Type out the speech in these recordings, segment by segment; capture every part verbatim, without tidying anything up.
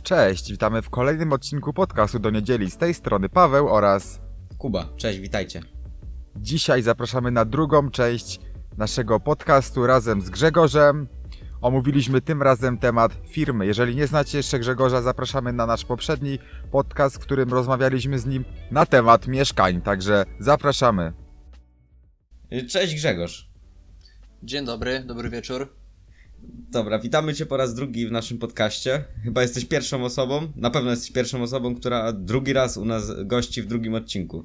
Cześć, witamy w kolejnym odcinku podcastu do niedzieli. Z tej strony Paweł oraz Kuba. Cześć, witajcie. Dzisiaj zapraszamy na drugą część naszego podcastu razem z Grzegorzem. Omówiliśmy tym razem temat firmy. Jeżeli nie znacie jeszcze Grzegorza, zapraszamy na nasz poprzedni podcast, w którym rozmawialiśmy z nim na temat mieszkań. Także zapraszamy. Cześć Grzegorz. Dzień dobry, dobry wieczór. Dobra, witamy Cię po raz drugi w naszym podcaście. Chyba jesteś pierwszą osobą, na pewno jesteś pierwszą osobą, która drugi raz u nas gości w drugim odcinku.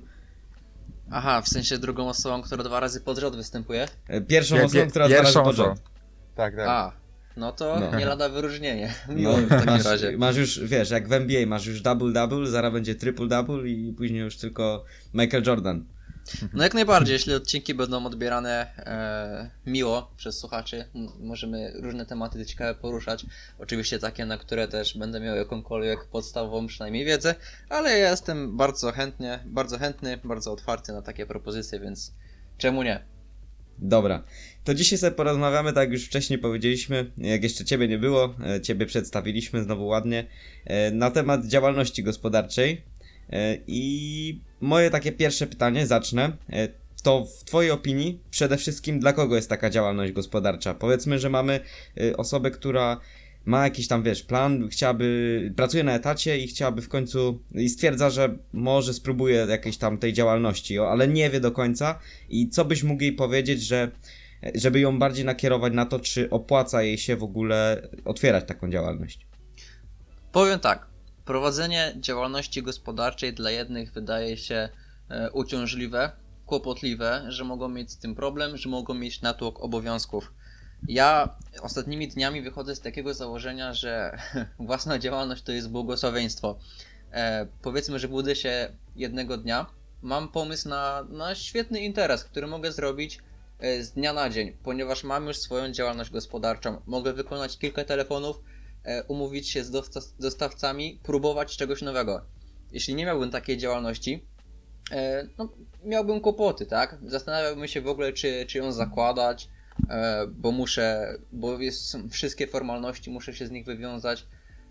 Aha, w sensie drugą osobą, która dwa razy pod rząd występuje? Pierwszą Pie- osobą, pie- która dwa razy pierwszą pod rząd. osobą. Tak, tak. A, no to No. nie lada wyróżnienie. No, Miło w takim masz, razie. masz już, wiesz, jak w N B A masz już double-double, zaraz będzie triple-double i później już tylko Michael Jordan. No jak najbardziej, jeśli odcinki będą odbierane e, miło przez słuchaczy, m- możemy różne tematy ciekawe poruszać. Oczywiście takie, na które też będę miał jakąkolwiek podstawową przynajmniej wiedzę, ale ja jestem bardzo chętnie, bardzo chętny, bardzo otwarty na takie propozycje, więc czemu nie? Dobra, to dzisiaj sobie porozmawiamy, tak jak już wcześniej powiedzieliśmy, jak jeszcze Ciebie nie było, e, Ciebie przedstawiliśmy znowu ładnie, e, na temat działalności gospodarczej. E, I moje takie pierwsze pytanie, zacznę, e, to w Twojej opinii przede wszystkim dla kogo jest taka działalność gospodarcza? Powiedzmy, że mamy e, osobę, która ma jakiś tam, wiesz, plan, chciałaby, pracuje na etacie i chciałaby w końcu, i stwierdza, że może spróbuje jakiejś tam tej działalności, o, ale nie wie do końca. I co byś mógł jej powiedzieć, że, żeby ją bardziej nakierować na to, czy opłaca jej się w ogóle otwierać taką działalność? Powiem tak, prowadzenie działalności gospodarczej dla jednych wydaje się e, uciążliwe, kłopotliwe, że mogą mieć z tym problem, że mogą mieć natłok obowiązków. Ja ostatnimi dniami wychodzę z takiego założenia, że własna działalność to jest błogosławieństwo. E, powiedzmy, że budzę się jednego dnia, mam pomysł na, na świetny interes, który mogę zrobić e, z dnia na dzień, ponieważ mam już swoją działalność gospodarczą. Mogę wykonać kilka telefonów, e, umówić się z dosta- dostawcami, próbować czegoś nowego. Jeśli nie miałbym takiej działalności, e, no, miałbym kłopoty, tak? Zastanawiałbym się w ogóle, czy, czy ją zakładać, e, bo muszę, bo jest, są wszystkie formalności, muszę się z nich wywiązać.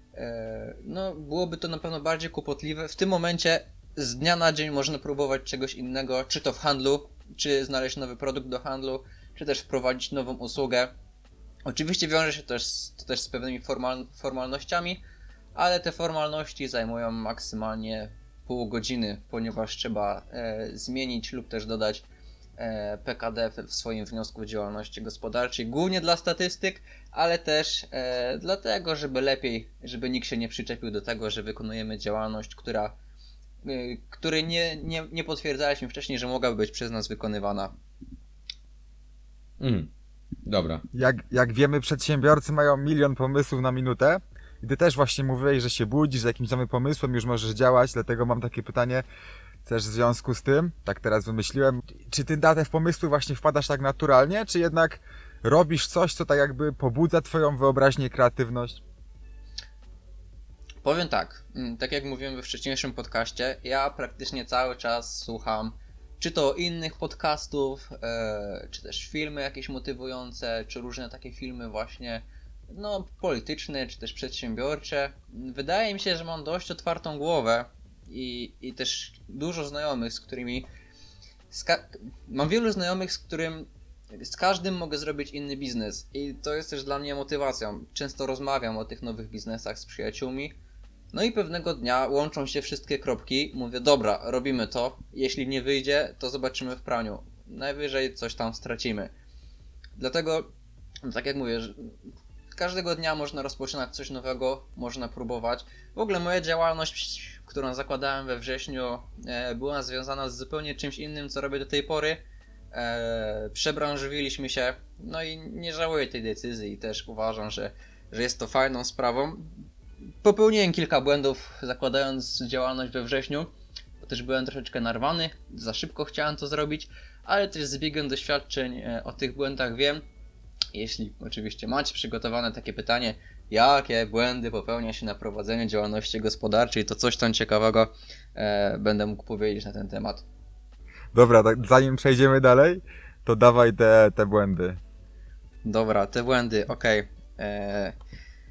E, no, byłoby to na pewno bardziej kłopotliwe. W tym momencie z dnia na dzień można próbować czegoś innego, czy to w handlu, czy znaleźć nowy produkt do handlu, czy też wprowadzić nową usługę. Oczywiście wiąże się też, z- to też z pewnymi formal, formalnościami, ale te formalności zajmują maksymalnie pół godziny, ponieważ trzeba e, zmienić lub też dodać e, P K D w, w swoim wniosku działalności gospodarczej, głównie dla statystyk, ale też e, dlatego, żeby lepiej, żeby nikt się nie przyczepił do tego, że wykonujemy działalność, która, e, której nie, nie, nie potwierdzaliśmy wcześniej, że mogłaby być przez nas wykonywana. Mhm. Dobra. Jak, jak wiemy, przedsiębiorcy mają milion pomysłów na minutę. I ty też właśnie mówiłeś, że się budzisz z jakimś nowym pomysłem, już możesz działać, dlatego mam takie pytanie też w związku z tym, tak teraz wymyśliłem. Czy ty na te pomysły właśnie wpadasz tak naturalnie, czy jednak robisz coś, co tak jakby pobudza twoją wyobraźnię i kreatywność? Powiem tak, mm, tak jak mówiłem we wcześniejszym podcaście, ja praktycznie cały czas słucham czy to innych podcastów, e, czy też filmy jakieś motywujące, czy różne takie filmy właśnie no, polityczne, czy też przedsiębiorcze. Wydaje mi się, że mam dość otwartą głowę i, i też dużo znajomych, z którymi z ka- mam wielu znajomych, z którym z każdym mogę zrobić inny biznes i to jest też dla mnie motywacją. Często rozmawiam o tych nowych biznesach z przyjaciółmi. No i pewnego dnia łączą się wszystkie kropki, mówię, dobra, robimy to, jeśli nie wyjdzie, to zobaczymy w praniu. Najwyżej coś tam stracimy. Dlatego, no tak jak mówię, że każdego dnia można rozpoczynać coś nowego, można próbować. W ogóle moja działalność, którą zakładałem we wrześniu, e, była związana z zupełnie czymś innym, co robię do tej pory. E, przebranżowiliśmy się, no i nie żałuję tej decyzji i też uważam, że, że jest to fajną sprawą. Popełniłem kilka błędów zakładając działalność we wrześniu, bo też byłem troszeczkę narwany, za szybko chciałem to zrobić, ale też z biegiem doświadczeń e, o tych błędach wiem. Jeśli oczywiście macie przygotowane takie pytanie, jakie błędy popełnia się na prowadzeniu działalności gospodarczej, to coś tam ciekawego e, będę mógł powiedzieć na ten temat. Dobra, tak zanim przejdziemy dalej, to dawaj te, te błędy. Dobra, te błędy, okej. E,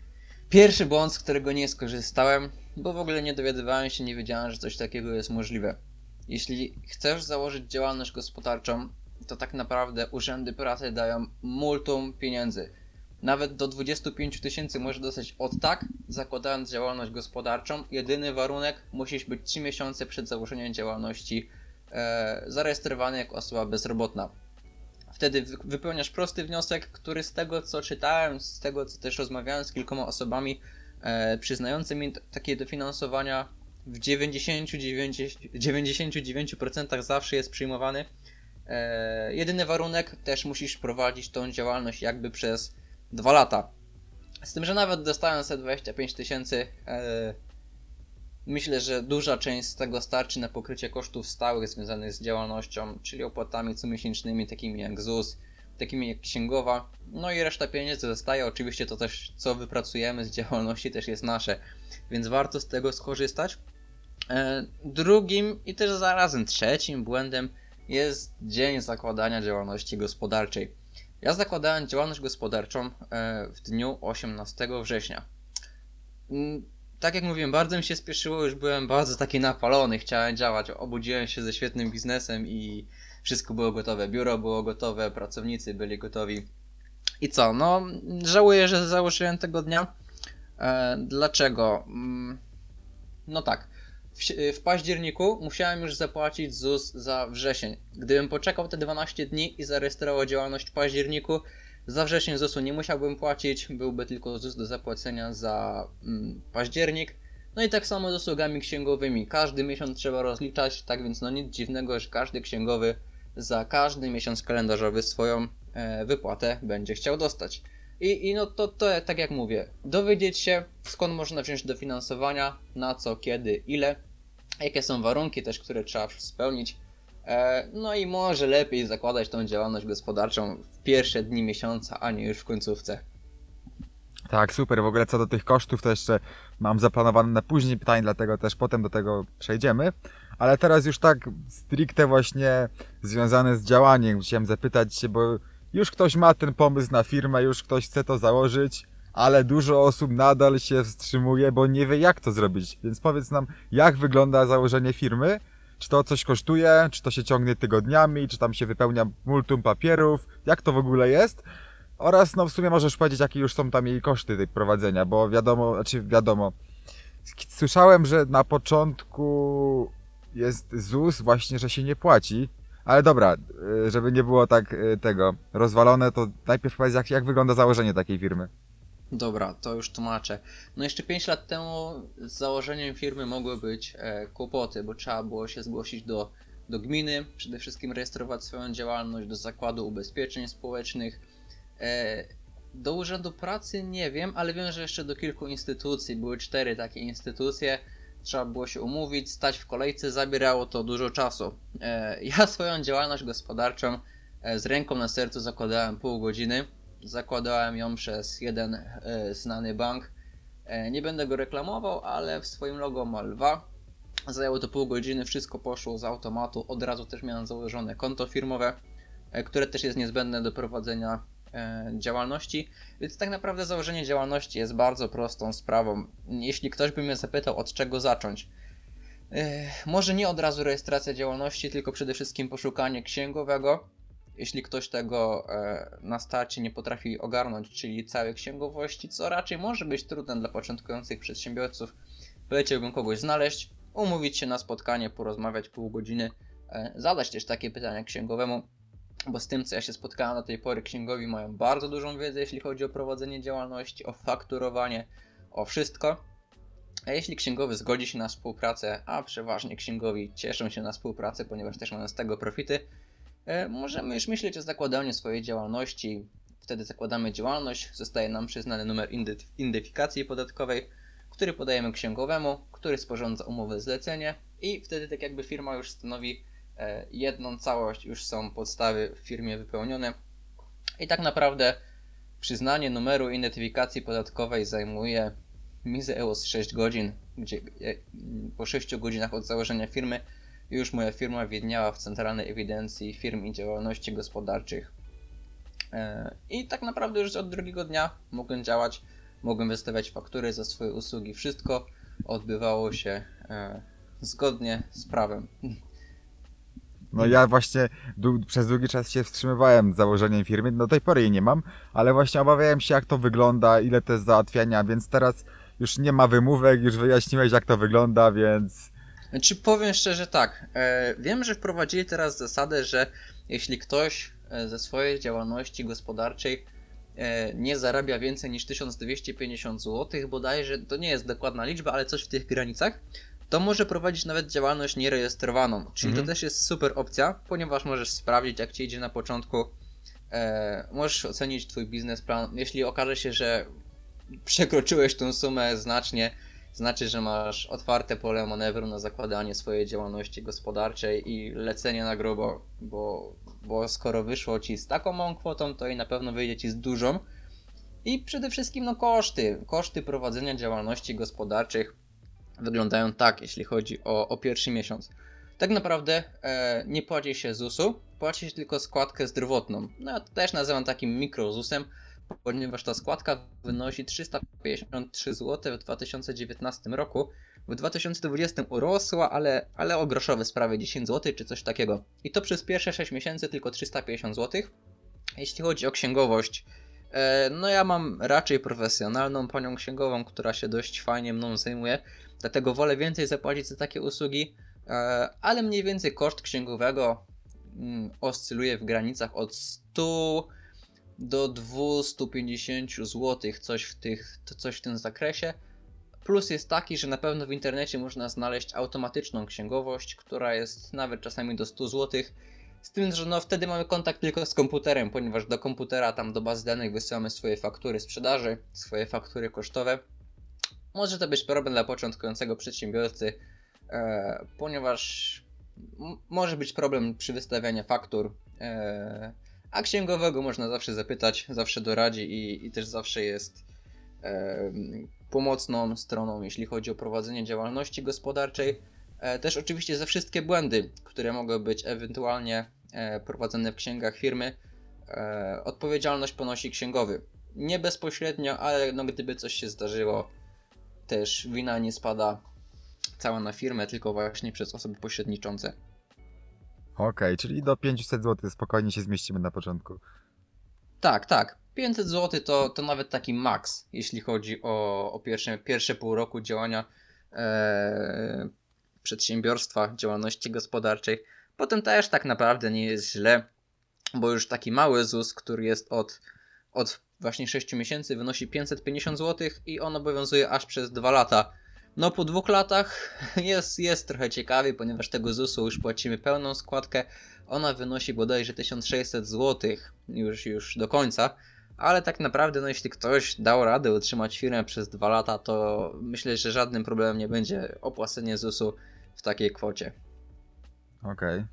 Pierwszy błąd, z którego nie skorzystałem, bo w ogóle nie dowiadywałem się, nie wiedziałem, że coś takiego jest możliwe. Jeśli chcesz założyć działalność gospodarczą, to tak naprawdę urzędy pracy dają multum pieniędzy. Nawet do dwudziestu pięciu tysięcy możesz dostać od tak, zakładając działalność gospodarczą. Jedyny warunek, musisz być trzy miesiące przed założeniem działalności e, zarejestrowany jako osoba bezrobotna. Wtedy wypełniasz prosty wniosek, który z tego co czytałem, z tego co też rozmawiałem z kilkoma osobami e, przyznającymi takie dofinansowania, w dziewięćdziesięciu dziewięciu procentach zawsze jest przyjmowany. E, jedyny warunek, też musisz prowadzić tą działalność jakby przez dwa lata. Z tym, że nawet dostając te dwadzieścia pięć tysięcy, e, myślę, że duża część z tego starczy na pokrycie kosztów stałych związanych z działalnością, czyli opłatami comiesięcznymi, takimi jak ZUS, takimi jak księgowa, no i reszta pieniędzy zostaje. Oczywiście to też, co wypracujemy z działalności, też jest nasze, więc warto z tego skorzystać. E, drugim i też zarazem trzecim błędem jest dzień zakładania działalności gospodarczej. Ja zakładałem działalność gospodarczą e, w dniu osiemnastego września. Tak jak mówiłem, bardzo mi się spieszyło, już byłem bardzo taki napalony, chciałem działać, obudziłem się ze świetnym biznesem i wszystko było gotowe, biuro było gotowe, pracownicy byli gotowi. I co? No, żałuję, że założyłem tego dnia. E, dlaczego? No tak, w, w październiku musiałem już zapłacić ZUS za wrzesień. Gdybym poczekał te dwanaście dni i zarejestrował działalność w październiku, za wrzesień zusu nie musiałbym płacić, byłby tylko ZUS do zapłacenia za mm, październik. No i tak samo z usługami księgowymi. Każdy miesiąc trzeba rozliczać, tak więc no nic dziwnego, że każdy księgowy za każdy miesiąc kalendarzowy swoją e, wypłatę będzie chciał dostać. I, i no to, to tak jak mówię, dowiedzieć się skąd można wziąć dofinansowania, na co, kiedy, ile, jakie są warunki też, które trzeba spełnić. No i może lepiej zakładać tą działalność gospodarczą w pierwsze dni miesiąca, a nie już w końcówce. Tak, super. W ogóle co do tych kosztów to jeszcze mam zaplanowane na później pytanie, dlatego też potem do tego przejdziemy. Ale teraz już tak stricte właśnie związane z działaniem chciałem zapytać się, bo już ktoś ma ten pomysł na firmę, już ktoś chce to założyć, ale dużo osób nadal się wstrzymuje, bo nie wie jak to zrobić. Więc powiedz nam, jak wygląda założenie firmy? Czy to coś kosztuje, czy to się ciągnie tygodniami, czy tam się wypełnia multum papierów, jak to w ogóle jest? Oraz no w sumie możesz powiedzieć, jakie już są tam jej koszty tej prowadzenia, bo wiadomo, znaczy wiadomo, słyszałem, że na początku jest ZUS właśnie, że się nie płaci, ale dobra, żeby nie było tak tego rozwalone, to najpierw powiedz, jak, jak wygląda założenie takiej firmy. Dobra, to już tłumaczę. No jeszcze pięć lat temu z założeniem firmy mogły być e, kłopoty, bo trzeba było się zgłosić do, do gminy, przede wszystkim rejestrować swoją działalność, do Zakładu Ubezpieczeń Społecznych, e, do Urzędu Pracy nie wiem, ale wiem, że jeszcze do kilku instytucji, były cztery takie instytucje, trzeba było się umówić, stać w kolejce, zabierało to dużo czasu. E, ja swoją działalność gospodarczą e, z ręką na sercu zakładałem pół godziny. Zakładałem ją przez jeden e, znany bank. E, nie będę go reklamował, ale w swoim logo ma lwa. Zajęło to pół godziny, wszystko poszło z automatu. Od razu też miałem założone konto firmowe, e, które też jest niezbędne do prowadzenia e, działalności. Więc tak naprawdę założenie działalności jest bardzo prostą sprawą. Jeśli ktoś by mnie zapytał, od czego zacząć, e, może nie od razu rejestracja działalności, tylko przede wszystkim poszukanie księgowego. Jeśli ktoś tego e, na starcie nie potrafi ogarnąć, czyli całej księgowości, co raczej może być trudne dla początkujących przedsiębiorców, poleciłbym kogoś znaleźć, umówić się na spotkanie, porozmawiać pół godziny, e, zadać też takie pytania księgowemu, bo z tym co ja się spotkałem do tej pory, księgowi mają bardzo dużą wiedzę, jeśli chodzi o prowadzenie działalności, o fakturowanie, o wszystko. A jeśli księgowy zgodzi się na współpracę, a przeważnie księgowi cieszą się na współpracę, ponieważ też mają z tego profity, możemy już myśleć o zakładaniu swojej działalności. Wtedy zakładamy działalność, zostaje nam przyznany numer identyfikacji podatkowej, który podajemy księgowemu, który sporządza umowę zlecenie i wtedy tak jakby firma już stanowi jedną całość, już są podstawy w firmie wypełnione. I tak naprawdę przyznanie numeru identyfikacji podatkowej zajmuje mi zajęło z sześć godzin, gdzie po sześciu godzinach od założenia firmy już moja firma widniała w Centralnej Ewidencji Firm i Działalności Gospodarczych. I tak naprawdę już od drugiego dnia mogłem działać. mogłem wystawiać faktury za swoje usługi, wszystko odbywało się e, zgodnie z prawem. No ja właśnie dłu- przez długi czas się wstrzymywałem z założeniem firmy, do tej pory jej nie mam, ale właśnie obawiałem się jak to wygląda, ile to jest załatwiania, więc teraz już nie ma wymówek, już wyjaśniłeś jak to wygląda, więc... Znaczy powiem szczerze tak, e, wiem, że wprowadzili teraz zasadę, że jeśli ktoś e, ze swojej działalności gospodarczej e, nie zarabia więcej niż tysiąc dwieście pięćdziesiąt złotych, bodajże to nie jest dokładna liczba, ale coś w tych granicach, to może prowadzić nawet działalność nierejestrowaną, czyli Mhm. to też jest super opcja, ponieważ możesz sprawdzić jak Ci idzie na początku, e, możesz ocenić Twój biznesplan, jeśli okaże się, że przekroczyłeś tą sumę znacznie, znaczy, że masz otwarte pole manewru na zakładanie swojej działalności gospodarczej i lecenie na grubo, bo, bo skoro wyszło Ci z taką małą kwotą, to i na pewno wyjdzie Ci z dużą. I przede wszystkim no koszty, koszty prowadzenia działalności gospodarczych wyglądają tak, jeśli chodzi o, o pierwszy miesiąc. Tak naprawdę e, nie płaci się zusu, płaci się tylko składkę zdrowotną. No ja to też nazywam takim mikrozusem, ponieważ ta składka wynosi trzysta pięćdziesiąt trzy złote w dwa tysiące dziewiętnastym roku. W dwa tysiące dwudziestym urosła, ale, ale o groszowe sprawy dziesięć złotych czy coś takiego. I to przez pierwsze sześć miesięcy tylko trzysta pięćdziesiąt złotych. Jeśli chodzi o księgowość, e, no ja mam raczej profesjonalną panią księgową, która się dość fajnie mną zajmuje, dlatego wolę więcej zapłacić za takie usługi, e, ale mniej więcej koszt księgowego mm, oscyluje w granicach od stu do dwieście pięćdziesiąt złotych, coś w, tych, to coś w tym zakresie. Plus jest taki, że na pewno w internecie można znaleźć automatyczną księgowość, która jest nawet czasami do stu złotych. Z tym, że no wtedy mamy kontakt tylko z komputerem, ponieważ do komputera, tam do bazy danych wysyłamy swoje faktury sprzedaży, swoje faktury kosztowe. Może to być problem dla początkującego przedsiębiorcy, e, ponieważ m- może być problem przy wystawianiu faktur, e, a księgowego można zawsze zapytać, zawsze doradzi i, i też zawsze jest e, pomocną stroną, jeśli chodzi o prowadzenie działalności gospodarczej. E, też oczywiście za wszystkie błędy, które mogą być ewentualnie e, prowadzone w księgach firmy, e, odpowiedzialność ponosi księgowy. Nie bezpośrednio, ale no, gdyby coś się zdarzyło, też wina nie spada cała na firmę, tylko właśnie przez osoby pośredniczące. Okej, czyli do pięćset złotych spokojnie się zmieścimy na początku. Tak, tak. pięćset złotych to, to nawet taki maks, jeśli chodzi o, o pierwsze, pierwsze pół roku działania e, przedsiębiorstwa, działalności gospodarczej. Potem też tak naprawdę nie jest źle, bo już taki mały ZUS, który jest od, od właśnie sześciu miesięcy, wynosi pięćset pięćdziesiąt złotych i on obowiązuje aż przez dwa lata. No po dwóch latach jest, jest trochę ciekawie, ponieważ tego zusu już płacimy pełną składkę. Ona wynosi bodajże tysiąc sześćset złotych już, już do końca. Ale tak naprawdę, no jeśli ktoś dał radę utrzymać firmę przez dwa lata, to myślę, że żadnym problemem nie będzie opłacenie zusu w takiej kwocie. Okej.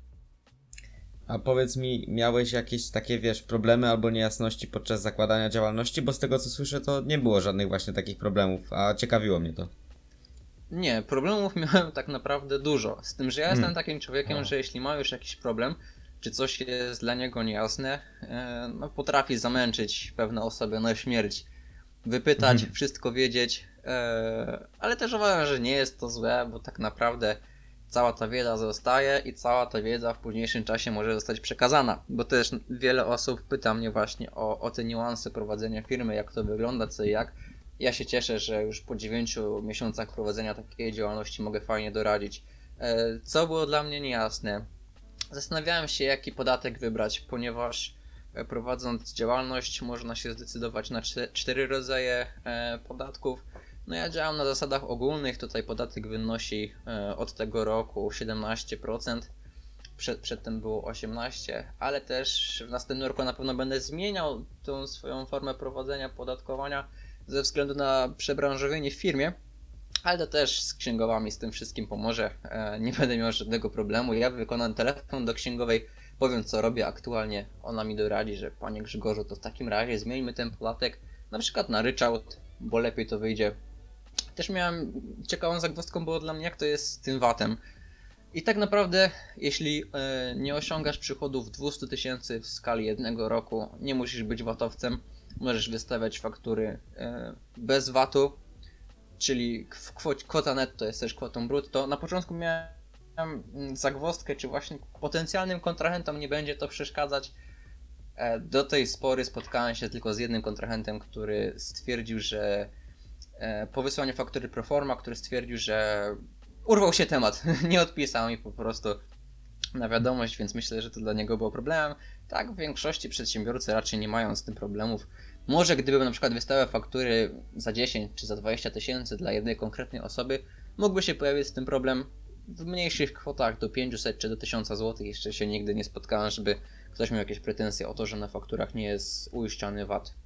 A powiedz mi, miałeś jakieś takie, wiesz, problemy albo niejasności podczas zakładania działalności? Bo z tego co słyszę, to nie było żadnych właśnie takich problemów, a ciekawiło mnie to. Nie, problemów miałem tak naprawdę dużo. Z tym, że ja Hmm. jestem takim człowiekiem, O. że jeśli ma już jakiś problem, czy coś jest dla niego niejasne, e, no potrafi zamęczyć pewne osoby na śmierć. Wypytać, Mhm. wszystko wiedzieć, e, ale też uważam, że nie jest to złe, bo tak naprawdę cała ta wiedza zostaje i cała ta wiedza w późniejszym czasie może zostać przekazana, bo też wiele osób pyta mnie właśnie o, o te niuanse prowadzenia firmy, jak to wygląda, co i jak. Ja się cieszę, że już po dziewięciu miesiącach prowadzenia takiej działalności mogę fajnie doradzić. E, Co było dla mnie niejasne? Zastanawiałem się, jaki podatek wybrać, ponieważ e, prowadząc działalność można się zdecydować na czte- cztery rodzaje e, podatków. No ja działam na zasadach ogólnych, tutaj podatek wynosi e, od tego roku siedemnaście procent. Przed, przedtem było osiemnaście procent, ale też w następnym roku na pewno będę zmieniał tą swoją formę prowadzenia podatkowania ze względu na przebranżowienie w firmie, ale to też z księgowami z tym wszystkim pomoże. E, nie będę miał żadnego problemu. Ja wykonam telefon do księgowej, powiem co robię aktualnie. Ona mi doradzi, że panie Grzegorzu, to w takim razie zmieńmy ten podatek na przykład na ryczałt, bo lepiej to wyjdzie. Też miałem ciekawą zagwozdką było dla mnie, jak to jest z tym vatem. I tak naprawdę, jeśli e, nie osiągasz przychodów dwieście tysięcy w skali jednego roku, nie musisz być vatowcem. możesz wystawiać faktury e, bez V A T-u, czyli kwo- kwota netto jest też kwotą brutto. Na początku miałem zagwozdkę, czy właśnie potencjalnym kontrahentom nie będzie to przeszkadzać. E, do tej pory spotkałem się tylko z jednym kontrahentem, który stwierdził, że e, po wysłaniu faktury proforma, który stwierdził, że urwał się temat, nie odpisał mi po prostu na wiadomość, więc myślę, że to dla niego było problemem. Tak, w większości przedsiębiorcy raczej nie mają z tym problemów. Może gdybym na przykład wystawiał faktury za dziesięć czy za dwadzieścia tysięcy dla jednej konkretnej osoby, mógłby się pojawić z tym problem. W mniejszych kwotach do pięciuset czy do tysiąca złotych jeszcze się nigdy nie spotkałem, żeby ktoś miał jakieś pretensje o to, że na fakturach nie jest uiszczany V A T.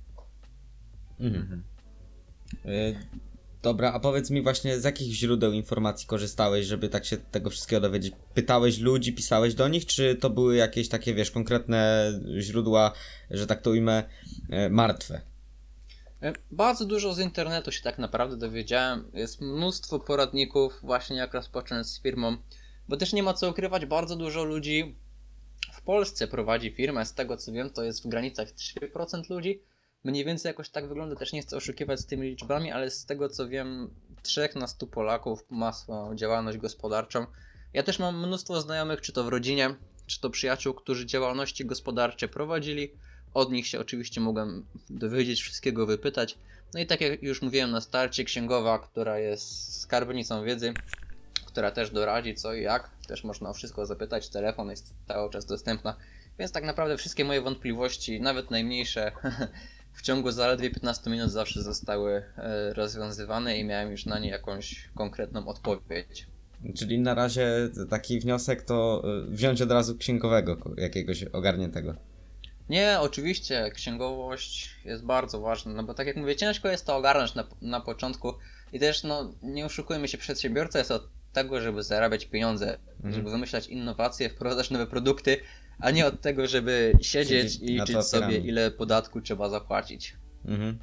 Mhm. Y, dobra, a powiedz mi właśnie, z jakich źródeł informacji korzystałeś, żeby tak się tego wszystkiego dowiedzieć? Pytałeś ludzi, pisałeś do nich, czy to były jakieś takie, wiesz, konkretne źródła, że tak to ujmę, y, martwe? Bardzo dużo z internetu się tak naprawdę dowiedziałem. Jest mnóstwo poradników właśnie jak rozpocząć z firmą, bo też nie ma co ukrywać, bardzo dużo ludzi w Polsce prowadzi firmę. Z tego co wiem, to jest w granicach trzy procent ludzi. Mniej więcej jakoś tak wygląda, też nie chcę oszukiwać z tymi liczbami, ale z tego co wiem, trzech na stu Polaków ma swoją działalność gospodarczą. Ja też mam mnóstwo znajomych, czy to w rodzinie, czy to przyjaciół, którzy działalności gospodarcze prowadzili. Od nich się oczywiście mogłem dowiedzieć, wszystkiego wypytać. No i tak jak już mówiłem na starcie, księgowa, która jest skarbnicą wiedzy, która też doradzi co i jak. Też można o wszystko zapytać, telefon jest cały czas dostępna. Więc tak naprawdę wszystkie moje wątpliwości, nawet najmniejsze, w ciągu zaledwie piętnastu minut zawsze zostały rozwiązywane i miałem już na nie jakąś konkretną odpowiedź. Czyli na razie taki wniosek to wziąć od razu księgowego jakiegoś ogarniętego. Nie, oczywiście księgowość jest bardzo ważna, no bo tak jak mówię, ciężko jest to ogarnąć na, na początku i też no nie oszukujmy się, przedsiębiorca jest od tego, żeby zarabiać pieniądze, mm. żeby wymyślać innowacje, wprowadzać nowe produkty, a nie od tego, żeby siedzieć Siedzieć i liczyć sobie, ile podatku trzeba zapłacić. Mhm.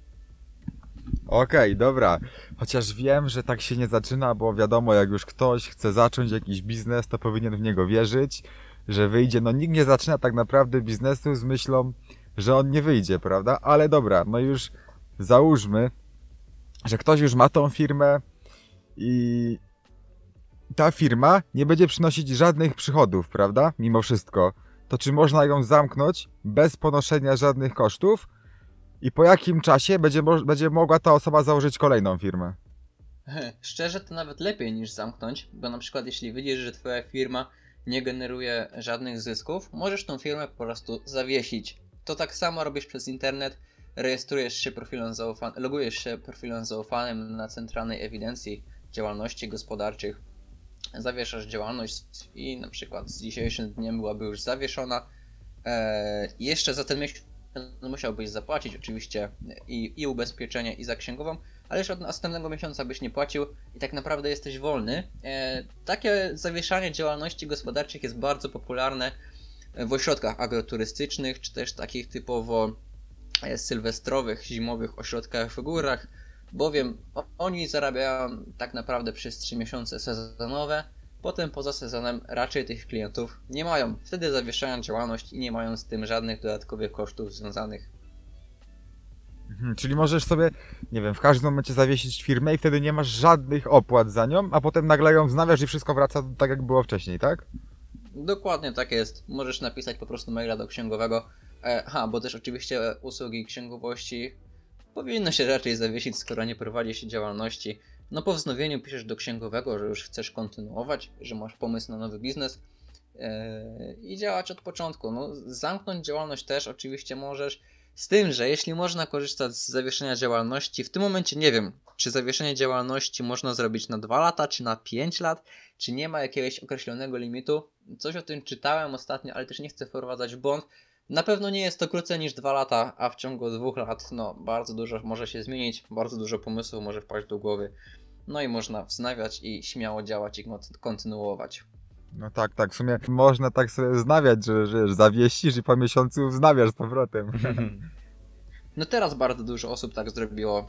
Okej, okay, dobra. Chociaż wiem, że tak się nie zaczyna, bo wiadomo, jak już ktoś chce zacząć jakiś biznes, to powinien w niego wierzyć, że wyjdzie. No nikt nie zaczyna tak naprawdę biznesu z myślą, że on nie wyjdzie, prawda? Ale dobra, no już załóżmy, że ktoś już ma tą firmę i ta firma nie będzie przynosić żadnych przychodów, prawda? Mimo wszystko. To czy można ją zamknąć bez ponoszenia żadnych kosztów? I po jakim czasie będzie, będzie mogła ta osoba założyć kolejną firmę? Szczerze to nawet lepiej niż zamknąć, bo na przykład jeśli widzisz, że twoja firma nie generuje żadnych zysków, możesz tą firmę po prostu zawiesić. To tak samo robisz przez internet, rejestrujesz się profilem zaufanym, logujesz się profilem zaufanym na centralnej ewidencji działalności gospodarczych, zawieszasz działalność i na przykład z dzisiejszym dniem byłaby już zawieszona. Eee, jeszcze za ten miesiąc musiałbyś zapłacić oczywiście i, i ubezpieczenie, i za księgową, ale już od następnego miesiąca byś nie płacił i tak naprawdę jesteś wolny. E, takie zawieszanie działalności gospodarczych jest bardzo popularne w ośrodkach agroturystycznych, czy też takich typowo e, sylwestrowych, zimowych ośrodkach w górach, bowiem oni zarabiają tak naprawdę przez trzy miesiące sezonowe, potem poza sezonem raczej tych klientów nie mają. Wtedy zawieszają działalność i nie mają z tym żadnych dodatkowych kosztów związanych. Mhm, czyli możesz sobie, nie wiem, w każdym momencie zawiesić firmę i wtedy nie masz żadnych opłat za nią, a potem nagle ją wznawiasz i wszystko wraca tak, jak było wcześniej, tak? Dokładnie tak jest. Możesz napisać po prostu maila do księgowego. Aha, bo też oczywiście usługi księgowości powinno się raczej zawiesić, skoro nie prowadzi się działalności. No po wznowieniu piszesz do księgowego, że już chcesz kontynuować, że masz pomysł na nowy biznes yy, i działać od początku. No, zamknąć działalność też oczywiście możesz, z tym, że jeśli można korzystać z zawieszenia działalności, w tym momencie nie wiem, czy zawieszenie działalności można zrobić na dwa lata, czy na pięć lat, czy nie ma jakiegoś określonego limitu. Coś o tym czytałem ostatnio, ale też nie chcę wprowadzać w błąd. Na pewno nie jest to krócej niż dwa lata, a w ciągu dwóch lat no, bardzo dużo może się zmienić, bardzo dużo pomysłów może wpaść do głowy. No i można wznawiać i śmiało działać i kontynuować. No tak, tak, w sumie można tak sobie wznawiać, że, że zawiesisz i po miesiącu wznawiasz z powrotem. No teraz bardzo dużo osób tak zrobiło.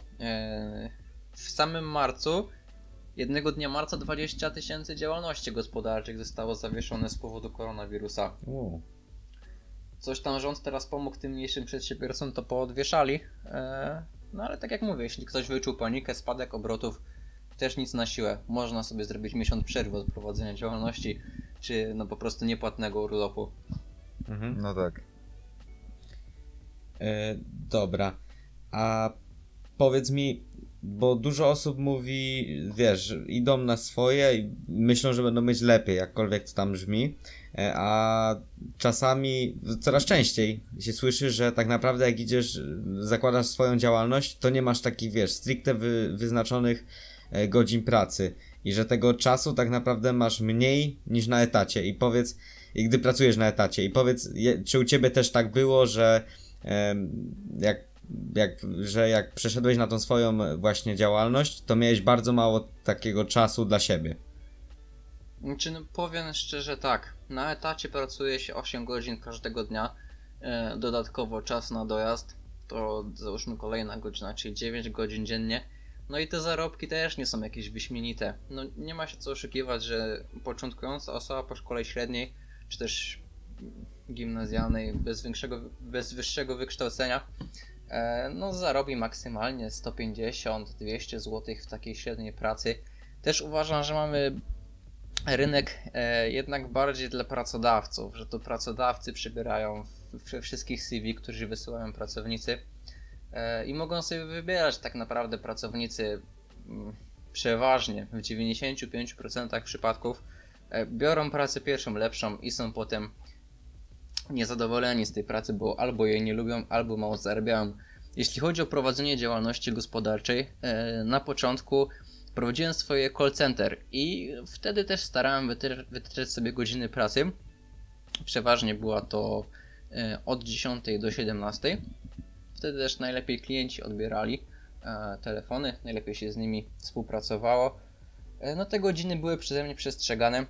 W samym marcu, jednego dnia marca dwadzieścia tysięcy działalności gospodarczych zostało zawieszone z powodu koronawirusa. coś tam rząd teraz pomógł tym mniejszym przedsiębiorcom, to poodwieszali. E, no ale tak jak mówię, jeśli ktoś wyczuł panikę, spadek obrotów, też nic na siłę. Można sobie zrobić miesiąc przerwy od prowadzenia działalności, czy no po prostu niepłatnego urlopu. Mhm. No tak. E, dobra, a powiedz mi, bo dużo osób mówi, wiesz, idą na swoje i myślą, że będą mieć lepiej, jakkolwiek to tam brzmi, e, a czasami, coraz częściej się słyszy, że tak naprawdę jak idziesz, zakładasz swoją działalność, to nie masz takich, wiesz, stricte wy, wyznaczonych e, godzin pracy i że tego czasu tak naprawdę masz mniej niż na etacie i powiedz, i gdy pracujesz na etacie i powiedz, je, czy u ciebie też tak było, że jak, jak, że jak przeszedłeś na tą swoją właśnie działalność, to miałeś bardzo mało takiego czasu dla siebie. Czy no, powiem szczerze tak, na etacie pracuje się osiem godzin każdego dnia, e, dodatkowo czas na dojazd, to załóżmy kolejna godzina, czyli dziewięć godzin dziennie. No i te zarobki też nie są jakieś wyśmienite. No nie ma się co oszukiwać, że początkująca osoba po szkole średniej, czy też gimnazjalnej, bez większego, bez wyższego wykształcenia, e, no zarobi maksymalnie sto pięćdziesiąt do dwieście złotych w takiej średniej pracy. Też uważam, że mamy rynek e, jednak bardziej dla pracodawców, że to pracodawcy przybierają we wszystkich C V, którzy wysyłają pracownicy e, i mogą sobie wybierać tak naprawdę pracownicy m, przeważnie w dziewięćdziesięciu pięciu procentach przypadków e, biorą pracę pierwszą lepszą i są potem niezadowoleni z tej pracy, bo albo jej nie lubią, albo mało zarabiają. Jeśli chodzi o prowadzenie działalności gospodarczej, e, na początku prowadziłem swoje call center i wtedy też starałem wytyczać sobie godziny pracy. Przeważnie była to e, od dziesiątej do siedemnastej. Wtedy też najlepiej klienci odbierali e, telefony, najlepiej się z nimi współpracowało. E, no te godziny były przeze mnie przestrzegane.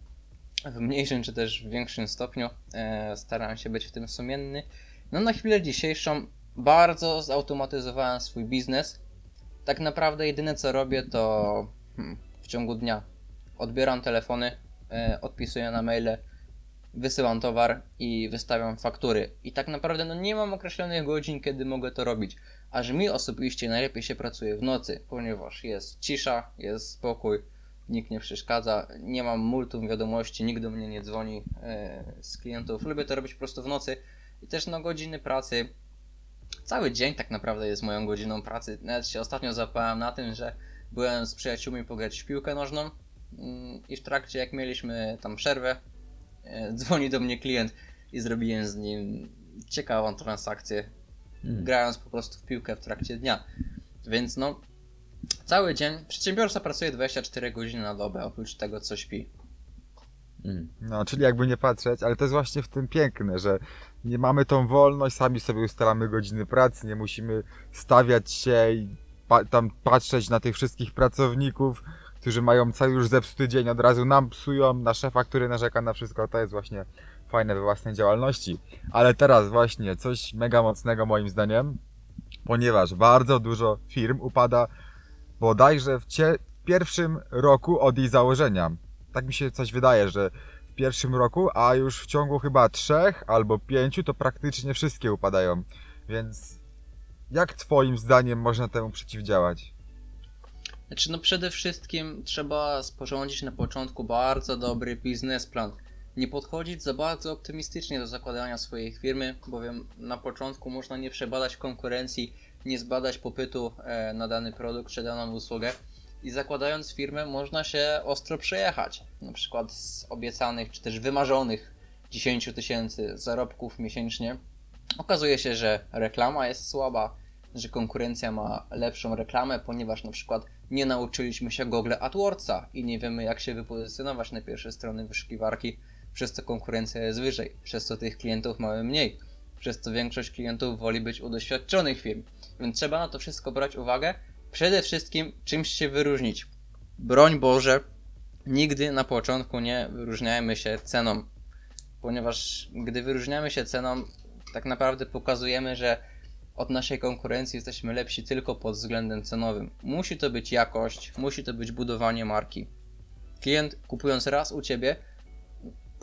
W mniejszym czy też w większym stopniu e, starałem się być w tym sumienny. No na chwilę dzisiejszą bardzo zautomatyzowałem swój biznes. Tak naprawdę jedyne co robię to hmm, w ciągu dnia odbieram telefony, e, odpisuję na maile, wysyłam towar i wystawiam faktury. I tak naprawdę no, nie mam określonych godzin, kiedy mogę to robić. A że mi osobiście najlepiej się pracuje w nocy, ponieważ jest cisza, jest spokój, nikt nie przeszkadza, nie mam multum wiadomości, nikt do mnie nie dzwoni e, z klientów. Lubię to robić po prostu w nocy i też na godziny pracy. Cały dzień tak naprawdę jest moją godziną pracy. Nawet się ostatnio złapałem na tym, że byłem z przyjaciółmi pograć w piłkę nożną i w trakcie jak mieliśmy tam przerwę, dzwoni do mnie klient i zrobiłem z nim ciekawą transakcję, hmm. grając po prostu w piłkę w trakcie dnia. Więc no, cały dzień przedsiębiorca pracuje dwadzieścia cztery godziny na dobę, oprócz tego co śpi. Hmm. No, czyli jakby nie patrzeć, ale to jest właśnie w tym piękne, że nie mamy tą wolność, sami sobie ustalamy godziny pracy, nie musimy stawiać się i pa tam patrzeć na tych wszystkich pracowników, którzy mają cały już zepsuty dzień, od razu nam psują, na szefa, który narzeka na wszystko. To jest właśnie fajne we własnej działalności. Ale teraz właśnie coś mega mocnego moim zdaniem, ponieważ bardzo dużo firm upada bodajże w pierwszym roku od jej założenia. Tak mi się coś wydaje, że w pierwszym roku, a już w ciągu chyba trzech albo pięciu to praktycznie wszystkie upadają. Więc jak twoim zdaniem można temu przeciwdziałać? Znaczy no przede wszystkim trzeba sporządzić na początku bardzo dobry biznesplan. Nie podchodzić za bardzo optymistycznie do zakładania swojej firmy, bowiem na początku można nie przebadać konkurencji, nie zbadać popytu na dany produkt czy daną usługę. I zakładając firmę można się ostro przejechać, na przykład z obiecanych czy też wymarzonych dziesięć tysięcy zarobków miesięcznie. Okazuje się, że reklama jest słaba, że konkurencja ma lepszą reklamę, ponieważ na przykład nie nauczyliśmy się Google AdWordsa i nie wiemy jak się wypozycjonować na pierwsze strony wyszukiwarki, przez co konkurencja jest wyżej, przez co tych klientów mamy mniej, przez co większość klientów woli być u doświadczonych firm, więc trzeba na to wszystko brać uwagę. Przede wszystkim czymś się wyróżnić. Broń Boże, nigdy na początku nie wyróżniajmy się ceną, ponieważ gdy wyróżniamy się ceną, tak naprawdę pokazujemy, że od naszej konkurencji jesteśmy lepsi tylko pod względem cenowym. Musi to być jakość, musi to być budowanie marki. Klient kupując raz u Ciebie,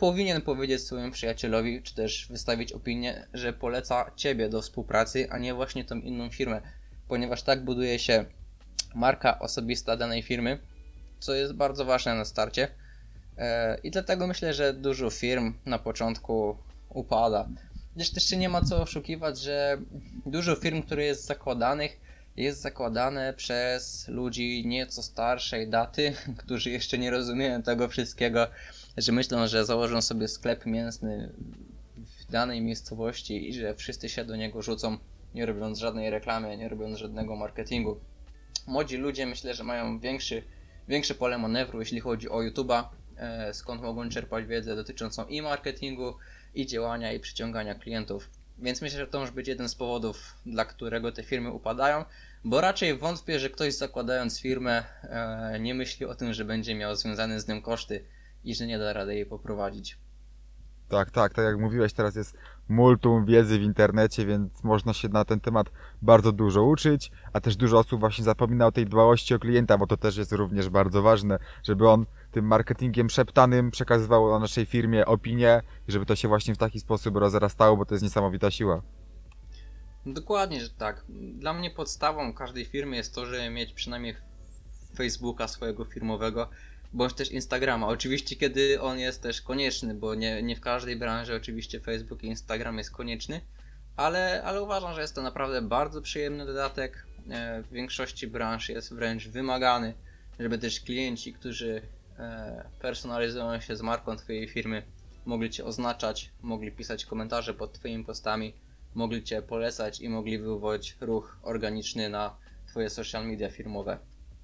powinien powiedzieć swojemu przyjacielowi, czy też wystawić opinię, że poleca ciebie do współpracy, a nie właśnie tą inną firmę, ponieważ tak buduje się marka osobista danej firmy, co jest bardzo ważne na starcie. I dlatego myślę, że dużo firm na początku upada. Gdzieś też się nie ma co oszukiwać, że dużo firm, które jest zakładanych, jest zakładane przez ludzi nieco starszej daty, którzy jeszcze nie rozumieją tego wszystkiego, że myślą, że założą sobie sklep mięsny w danej miejscowości i że wszyscy się do niego rzucą, nie robiąc żadnej reklamy, nie robiąc żadnego marketingu. Młodzi ludzie myślę, że mają większy, większe pole manewru, jeśli chodzi o YouTube'a, skąd mogą czerpać wiedzę dotyczącą i marketingu, i działania, i przyciągania klientów. Więc myślę, że to może być jeden z powodów, dla którego te firmy upadają, bo raczej wątpię, że ktoś zakładając firmę e, nie myśli o tym, że będzie miał związane z nią koszty i że nie da rady jej poprowadzić. Tak, tak, tak jak mówiłeś, teraz jest multum wiedzy w internecie, więc można się na ten temat bardzo dużo uczyć, a też dużo osób właśnie zapomina o tej dbałości o klienta, bo to też jest również bardzo ważne, żeby on tym marketingiem szeptanym przekazywał o naszej firmie opinię i żeby to się właśnie w taki sposób rozrastało, bo to jest niesamowita siła. Dokładnie, że tak. Dla mnie podstawą każdej firmy jest to, żeby mieć przynajmniej Facebooka swojego firmowego, bądź też Instagrama. Oczywiście kiedy on jest też konieczny, bo nie, nie w każdej branży oczywiście Facebook i Instagram jest konieczny, ale, ale uważam, że jest to naprawdę bardzo przyjemny dodatek. W większości branż jest wręcz wymagany, żeby też klienci, którzy personalizują się z marką Twojej firmy, mogli Cię oznaczać, mogli pisać komentarze pod Twoimi postami, mogli Cię polecać i mogli wywołać ruch organiczny na Twoje social media firmowe.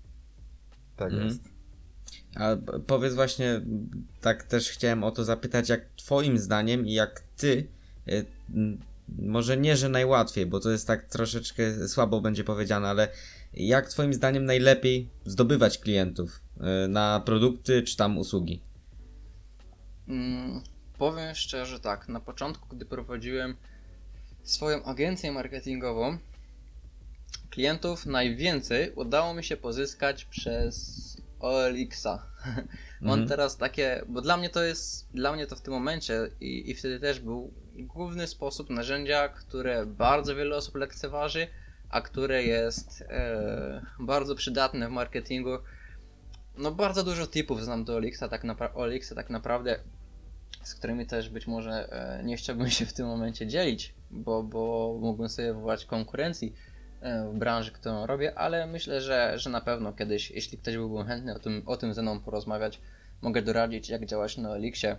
Tak Mhm. jest. A powiedz właśnie, tak też chciałem o to zapytać, jak twoim zdaniem i jak ty, y, może nie, że najłatwiej, bo to jest tak troszeczkę słabo będzie powiedziane, ale jak twoim zdaniem najlepiej zdobywać klientów y, na produkty czy tam usługi? Mm, powiem szczerze tak, na początku, gdy prowadziłem swoją agencję marketingową, klientów najwięcej udało mi się pozyskać przez O L X-a. Mam Mhm. teraz takie, bo dla mnie to jest, dla mnie to w tym momencie i, i wtedy też był główny sposób narzędzia, które bardzo wiele osób lekceważy, a które jest e, bardzo przydatne w marketingu. No bardzo dużo tipów znam do O L X-a tak, napra- O L X-a tak naprawdę, z którymi też być może e, nie chciałbym się w tym momencie dzielić, bo, bo mógłbym sobie wywołać konkurencji w branży, którą robię, ale myślę, że, że na pewno kiedyś, jeśli ktoś byłby chętny o tym, o tym ze mną porozmawiać, mogę doradzić, jak działać na O L X-ie,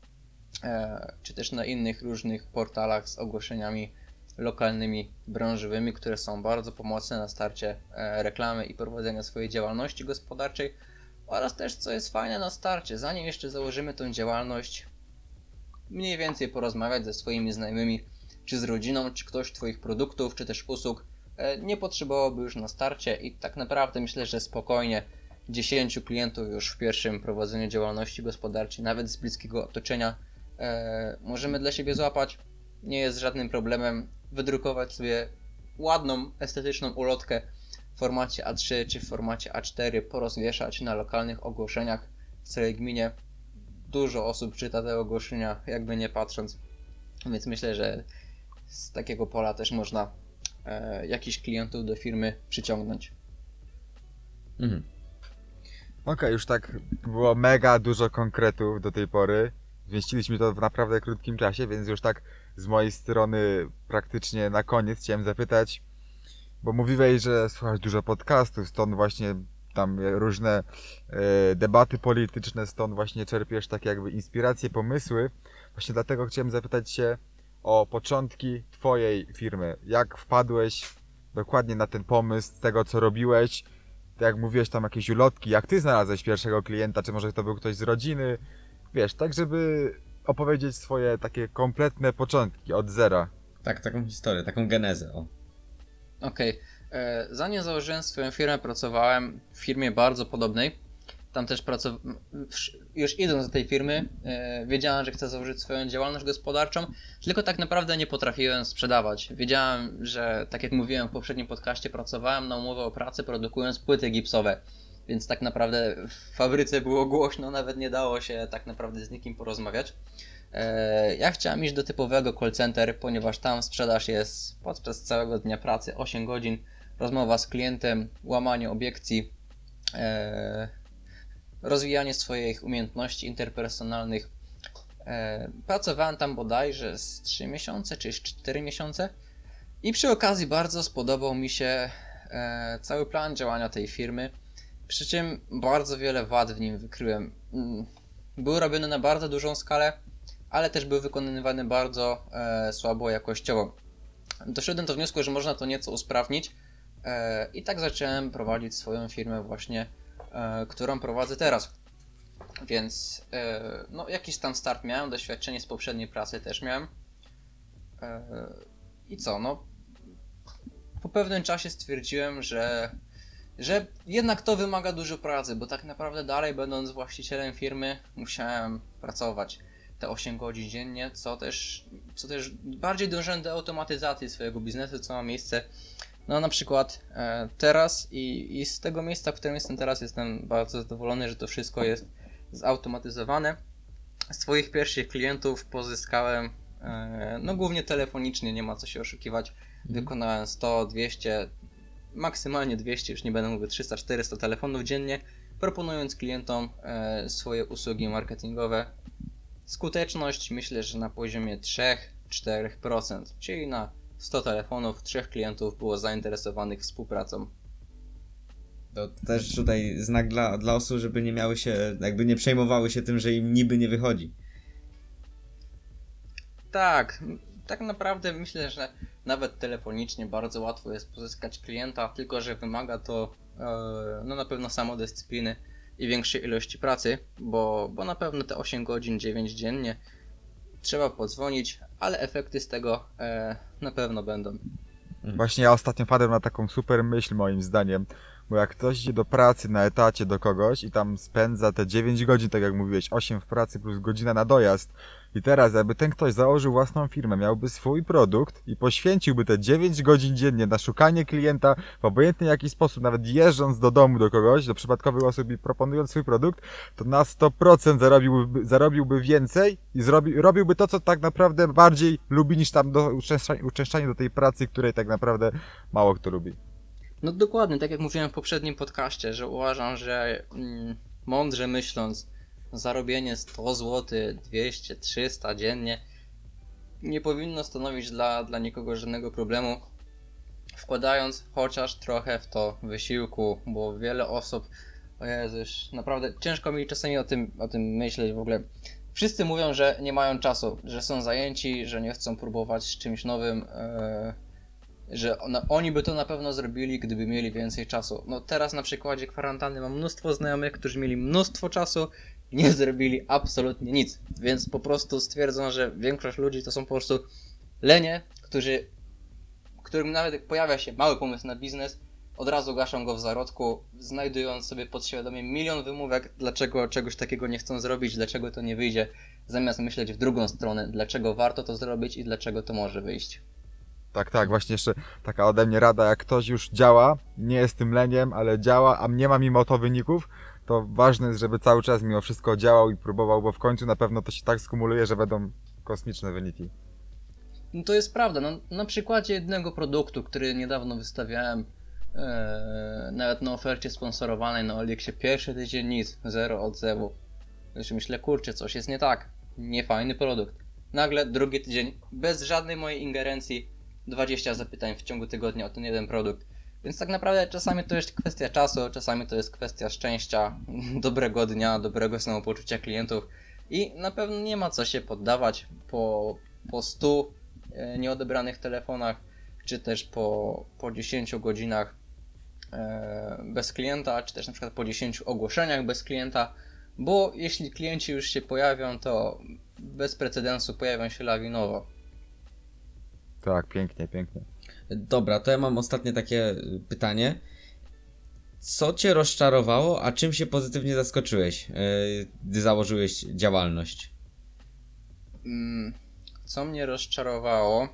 e, czy też na innych różnych portalach z ogłoszeniami lokalnymi, branżowymi, które są bardzo pomocne na starcie e, reklamy i prowadzenia swojej działalności gospodarczej, oraz też, co jest fajne na starcie, zanim jeszcze założymy tą działalność, mniej więcej porozmawiać ze swoimi znajomymi, czy z rodziną, czy ktoś Twoich produktów, czy też usług nie potrzebowałoby już na starcie i tak naprawdę myślę, że spokojnie dziesięciu klientów już w pierwszym prowadzeniu działalności gospodarczej, nawet z bliskiego otoczenia, e, możemy dla siebie złapać. Nie jest żadnym problemem wydrukować sobie ładną, estetyczną ulotkę w formacie A trzy czy w formacie A cztery, porozwieszać na lokalnych ogłoszeniach w całej gminie. Dużo osób czyta te ogłoszenia, jakby nie patrząc, więc myślę, że z takiego pola też można e, jakichś klientów do firmy przyciągnąć. Mhm. Okej, okay, już tak było mega dużo konkretów do tej pory. Zmieściliśmy to w naprawdę krótkim czasie, więc już tak z mojej strony praktycznie na koniec chciałem zapytać, bo mówiłeś, że słuchasz dużo podcastów, stąd właśnie tam różne e, debaty polityczne, stąd właśnie czerpiesz takie jakby inspiracje, pomysły. Właśnie dlatego chciałem zapytać się o początki Twojej firmy. Jak wpadłeś dokładnie na ten pomysł z tego, co robiłeś? Tak jak mówiłeś, tam jakieś ulotki, jak Ty znalazłeś pierwszego klienta, czy może to był ktoś z rodziny? Wiesz, tak żeby opowiedzieć swoje takie kompletne początki od zera. Tak, taką historię, taką genezę. O. Okej. Okay. Zanim założyłem swoją firmę, pracowałem w firmie bardzo podobnej. Tam też pracowałem, już idąc do tej firmy, e, wiedziałem, że chcę założyć swoją działalność gospodarczą, tylko tak naprawdę nie potrafiłem sprzedawać. Wiedziałem, że tak jak mówiłem w poprzednim podcaście, pracowałem na umowę o pracę, produkując płyty gipsowe. więc tak naprawdę w fabryce było głośno, nawet nie dało się tak naprawdę z nikim porozmawiać. E, ja chciałem iść do typowego call center, ponieważ tam sprzedaż jest podczas całego dnia pracy, osiem godzin, rozmowa z klientem, łamanie obiekcji, e, rozwijanie swoich umiejętności interpersonalnych. E, pracowałem tam bodajże z trzy miesiące czy cztery miesiące i przy okazji bardzo spodobał mi się e, cały plan działania tej firmy, przy czym bardzo wiele wad w nim wykryłem. Mm, Był robiony na bardzo dużą skalę, ale też był wykonywany bardzo e, słabo jakościowo. Doszedłem do wniosku, że można to nieco usprawnić e, i tak zacząłem prowadzić swoją firmę właśnie, e, którą prowadzę teraz. Więc e, no, jakiś tam start miałem, doświadczenie z poprzedniej pracy też miałem. E, I co, no po pewnym czasie stwierdziłem, że, że jednak to wymaga dużo pracy, bo tak naprawdę dalej będąc właścicielem firmy musiałem pracować te osiem godzin dziennie, co też, co też bardziej dążyłem do automatyzacji swojego biznesu, co ma miejsce no na przykład e, teraz i, i z tego miejsca, w którym jestem teraz, jestem bardzo zadowolony, że to wszystko jest zautomatyzowane. Swoich pierwszych klientów pozyskałem e, no głównie telefonicznie, nie ma co się oszukiwać. Wykonałem sto, dwieście, maksymalnie dwieście, już nie będę mówił trzysta, czterysta telefonów dziennie, proponując klientom e, swoje usługi marketingowe. Skuteczność myślę, że na poziomie trzy do czterech procent, czyli na sto telefonów, trzech klientów było zainteresowanych współpracą. To też tutaj znak dla, dla osób, żeby nie miały się, jakby nie przejmowały się tym, że im niby nie wychodzi. Tak, tak naprawdę myślę, że nawet telefonicznie bardzo łatwo jest pozyskać klienta, tylko że wymaga to e, no na pewno samodyscypliny i większej ilości pracy, bo, bo na pewno te osiem godzin, dziewięć dziennie trzeba podzwonić, ale efekty z tego e, na pewno będą. Właśnie ja ostatnio wpadłem na taką super myśl moim zdaniem, bo jak ktoś idzie do pracy na etacie do kogoś i tam spędza te dziewięć godzin, tak jak mówiłeś, osiem w pracy plus godzina na dojazd i teraz jakby ten ktoś założył własną firmę, miałby swój produkt i poświęciłby te dziewięć godzin dziennie na szukanie klienta w obojętny jaki sposób, nawet jeżdżąc do domu do kogoś, do przypadkowych osób i proponując swój produkt, to na sto procent zarobiłby, zarobiłby więcej i zrobi, robiłby to, co tak naprawdę bardziej lubi niż tam do, uczęszczanie, uczęszczanie do tej pracy, której tak naprawdę mało kto lubi. No dokładnie, tak jak mówiłem w poprzednim podcaście, że uważam, że mm, mądrze myśląc, zarobienie sto złotych, dwieście, trzysta dziennie nie powinno stanowić dla, dla nikogo żadnego problemu, wkładając chociaż trochę w to wysiłku, bo wiele osób, o Jezus, naprawdę ciężko mi czasami o tym, o tym myśleć w ogóle. Wszyscy mówią, że nie mają czasu, że są zajęci, że nie chcą próbować z czymś nowym, yy, że ona, oni by to na pewno zrobili, gdyby mieli więcej czasu. No teraz na przykładzie kwarantanny mam mnóstwo znajomych, którzy mieli mnóstwo czasu i nie zrobili absolutnie nic, więc po prostu stwierdzą, że większość ludzi to są po prostu lenie, którzy, którym nawet pojawia się mały pomysł na biznes, od razu gaszą go w zarodku, znajdując sobie podświadomie milion wymówek, dlaczego czegoś takiego nie chcą zrobić, dlaczego to nie wyjdzie, zamiast myśleć w drugą stronę, dlaczego warto to zrobić i dlaczego to może wyjść. Tak, tak, właśnie jeszcze taka ode mnie rada, jak ktoś już działa, nie jest tym leniem, ale działa, a nie ma mimo to wyników, to ważne jest, żeby cały czas mimo wszystko działał i próbował, bo w końcu na pewno to się tak skumuluje, że będą kosmiczne wyniki. No to jest prawda, no, na przykładzie jednego produktu, który niedawno wystawiałem, e, nawet na ofercie sponsorowanej na Oliksie, pierwszy tydzień nic, zero odzewu. Już myślę, kurczę, coś jest nie tak, niefajny produkt. Nagle drugi tydzień, bez żadnej mojej ingerencji, dwadzieścia zapytań w ciągu tygodnia o ten jeden produkt. Więc tak naprawdę czasami to jest kwestia czasu, czasami to jest kwestia szczęścia, dobrego dnia, dobrego samopoczucia klientów i na pewno nie ma co się poddawać po, po stu e, nieodebranych telefonach, czy też po, po dziesięciu godzinach e, bez klienta, czy też na przykład po dziesięciu ogłoszeniach bez klienta, bo jeśli klienci już się pojawią, to bez precedensu pojawią się lawinowo. Tak, pięknie, pięknie. Dobra, to ja mam ostatnie takie y, pytanie. Co cię rozczarowało, a czym się pozytywnie zaskoczyłeś, yy, gdy założyłeś działalność? Mm, Co mnie rozczarowało?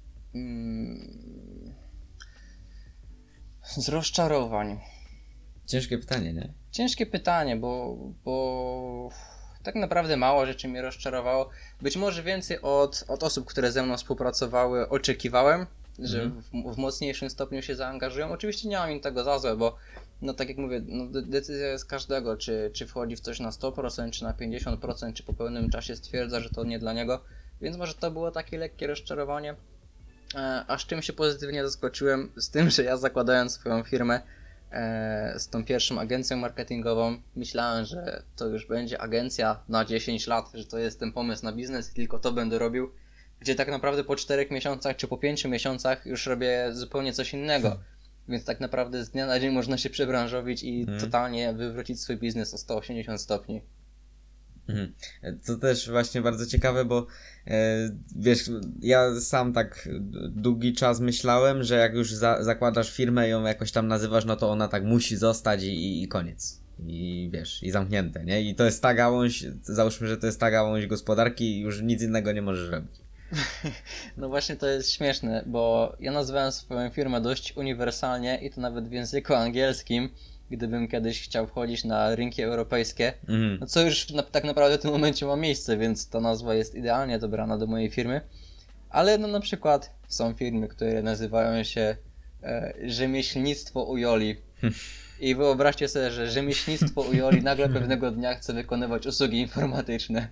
Mm, Z rozczarowań. Ciężkie pytanie, nie? Ciężkie pytanie, bo, bo tak naprawdę mało rzeczy mnie rozczarowało. Być może więcej od, od osób, które ze mną współpracowały, oczekiwałem, że Mhm. w, w mocniejszym stopniu się zaangażują. Oczywiście nie mam im tego za złe, bo no tak jak mówię, no de- decyzja jest każdego, czy, czy wchodzi w coś na sto procent, czy na pięćdziesiąt procent, czy po pełnym czasie stwierdza, że to nie dla niego. Więc może to było takie lekkie rozczarowanie. E, A z czym się pozytywnie zaskoczyłem? Z tym, że ja zakładając swoją firmę e, z tą pierwszą agencją marketingową, myślałem, że to już będzie agencja na dziesięć lat, że to jest ten pomysł na biznes i tylko to będę robił. Gdzie tak naprawdę po czterech miesiącach czy po pięciu miesiącach już robię zupełnie coś innego. Więc tak naprawdę z dnia na dzień można się przebranżowić i Mhm. totalnie wywrócić swój biznes o sto osiemdziesiąt stopni. Mhm. To też właśnie bardzo ciekawe, bo e, wiesz, ja sam tak długi czas myślałem, że jak już za, zakładasz firmę i ją jakoś tam nazywasz, no to ona tak musi zostać i, i, i koniec. I wiesz, i zamknięte, nie? I to jest ta gałąź, załóżmy, że to jest ta gałąź gospodarki i już nic innego nie możesz robić. No właśnie to jest śmieszne, bo ja nazywałem swoją firmę dość uniwersalnie i to nawet w języku angielskim, gdybym kiedyś chciał wchodzić na rynki europejskie, Mhm. no co już na, tak naprawdę w tym momencie ma miejsce, więc ta nazwa jest idealnie dobrana do mojej firmy. Ale no na przykład są firmy, które nazywają się e, Rzemieślnictwo u Joli. I wyobraźcie sobie, że Rzemieślnictwo u Joli nagle pewnego dnia chce wykonywać usługi informatyczne.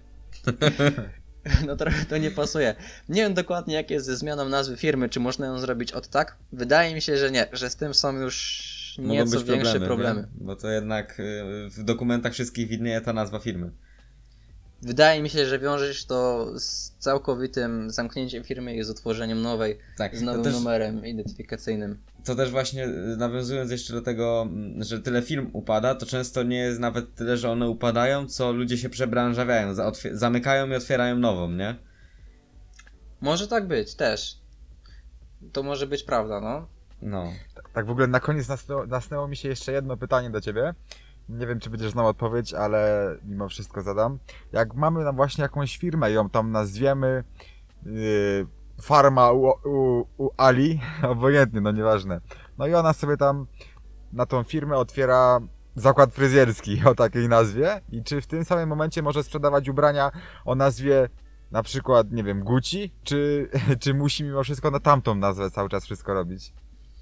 No trochę to nie pasuje. Nie wiem dokładnie jak jest ze zmianą nazwy firmy, czy można ją zrobić od tak. Wydaje mi się, że nie, że z tym są już Mogą nieco być większe problemy, problemy. nie? Bo to jednak y, w dokumentach wszystkich widnieje ta nazwa firmy. Wydaje mi się, że wiąże się to z całkowitym zamknięciem firmy i z utworzeniem nowej, Tak, z to nowym też, numerem identyfikacyjnym. to też właśnie y, nawiązując jeszcze do tego, mm, że tyle firm upada, to często nie jest nawet tyle, że one upadają, co ludzie się przebranżawiają, za- otwie- zamykają i otwierają nową, nie? Może tak być też. To może być prawda, no. No. Tak w ogóle na koniec nasnęło, nasnęło mi się jeszcze jedno pytanie do ciebie. Nie wiem, czy będziesz znał odpowiedź, ale mimo wszystko zadam. Jak mamy nam właśnie jakąś firmę, ją tam nazwiemy yy, Farma u, u, u Ali, obojętnie, no nieważne. No i ona sobie tam na tą firmę otwiera zakład fryzjerski o takiej nazwie. I czy w tym samym momencie może sprzedawać ubrania o nazwie na przykład, nie wiem, Gucci? Czy, czy musi mimo wszystko na tamtą nazwę cały czas wszystko robić?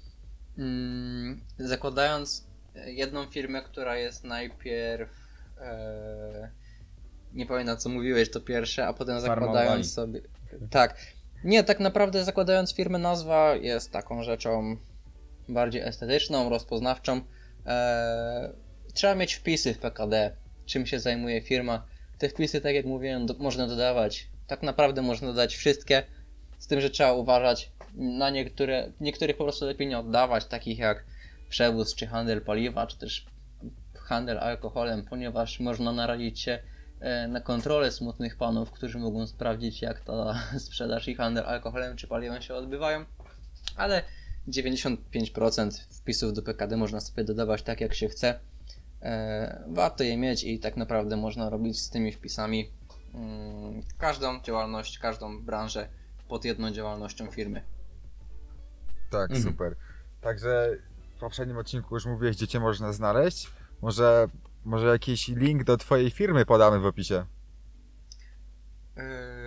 Mm, zakładając jedną firmę, która jest najpierw e, nie pamiętam co mówiłeś to pierwsze, a potem Farma zakładając Wali. sobie tak, nie, tak naprawdę zakładając firmę nazwa jest taką rzeczą bardziej estetyczną, rozpoznawczą. e, trzeba mieć wpisy w P K D, czym się zajmuje firma. Te wpisy, tak jak mówiłem, do, można dodawać, tak naprawdę można dodać wszystkie, z tym, że trzeba uważać na niektóre, niektórych po prostu lepiej nie oddawać, takich jak przewóz, czy handel paliwa, czy też handel alkoholem, ponieważ można narazić się e, na kontrolę smutnych panów, którzy mogą sprawdzić, jak ta sprzedaż i handel alkoholem czy paliwem się odbywają, ale dziewięćdziesiąt pięć procent wpisów do P K D można sobie dodawać tak, jak się chce. E, warto je mieć i tak naprawdę można robić z tymi wpisami mm, każdą działalność, każdą branżę pod jedną działalnością firmy. Tak, Mhm. super. Także w poprzednim odcinku już mówiłeś, gdzie cię można znaleźć. Może, może jakiś link do twojej firmy podamy w opisie. Yy,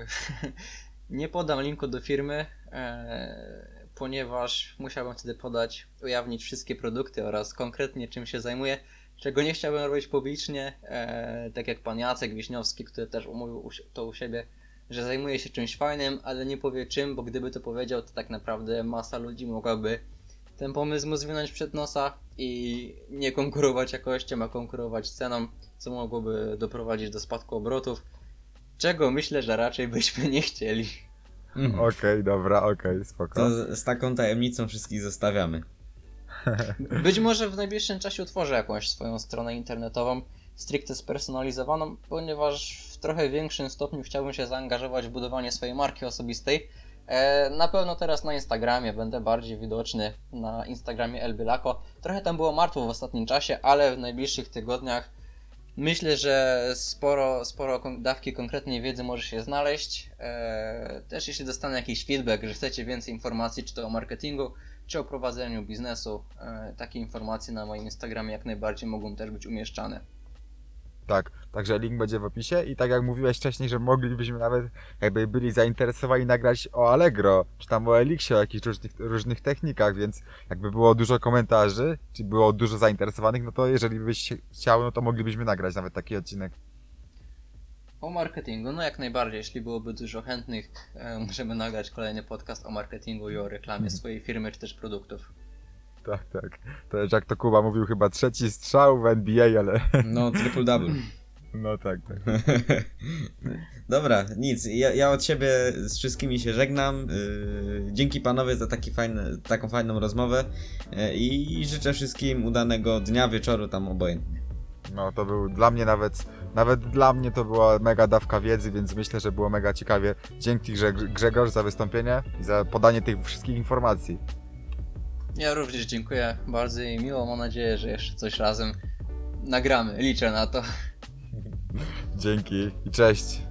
nie podam linku do firmy, yy, ponieważ musiałbym wtedy podać, ujawnić wszystkie produkty oraz konkretnie czym się zajmuję, czego nie chciałbym robić publicznie, yy, tak jak pan Jacek Wiśniowski, który też umówił u sie- to u siebie, że zajmuje się czymś fajnym, ale nie powie czym, bo gdyby to powiedział, to tak naprawdę masa ludzi mogłaby ten pomysł mu zwinąć przed nosa i nie konkurować jakością, a konkurować ceną, co mogłoby doprowadzić do spadku obrotów, czego myślę, że raczej byśmy nie chcieli. Mhm. Okej, dobra, okej, spoko. To z taką tajemnicą wszystkich zostawiamy. Być może w najbliższym czasie utworzę jakąś swoją stronę internetową, stricte spersonalizowaną, ponieważ w trochę większym stopniu chciałbym się zaangażować w budowanie swojej marki osobistej. E, na pewno teraz na Instagramie będę bardziej widoczny, na Instagramie Elbylako. Trochę tam było martwo w ostatnim czasie, ale w najbliższych tygodniach myślę, że sporo, sporo kon- dawki konkretnej wiedzy może się znaleźć. E, też jeśli dostanę jakiś feedback, że chcecie więcej informacji, czy to o marketingu, czy o prowadzeniu biznesu. E, takie informacje na moim Instagramie jak najbardziej mogą też być umieszczane. Tak, także link będzie w opisie i tak jak mówiłeś wcześniej, że moglibyśmy nawet, jakby byli zainteresowani, nagrać o Allegro, czy tam o Elixie, o jakichś różnych, różnych technikach, więc jakby było dużo komentarzy, czy było dużo zainteresowanych, no to jeżeli byś chciał, no to moglibyśmy nagrać nawet taki odcinek. O marketingu, no jak najbardziej, jeśli byłoby dużo chętnych, e, możemy nagrać kolejny podcast o marketingu i o reklamie swojej firmy czy też produktów. Tak, tak. To jest jak to Kuba mówił, chyba trzeci strzał w N B A, ale No, triple double. no tak, tak. Dobra, nic. Ja, ja od siebie z wszystkimi się żegnam. Yy, dzięki panowie za taki fajny, taką fajną rozmowę yy, i życzę wszystkim udanego dnia, wieczoru tam obojętnie. No to był dla mnie nawet, nawet dla mnie to była mega dawka wiedzy, więc myślę, że było mega ciekawie. Dzięki Grze- Grzegorz za wystąpienie i za podanie tych wszystkich informacji. Ja również dziękuję bardzo i miło, mam nadzieję, że jeszcze coś razem nagramy, liczę na to. Dzięki i cześć.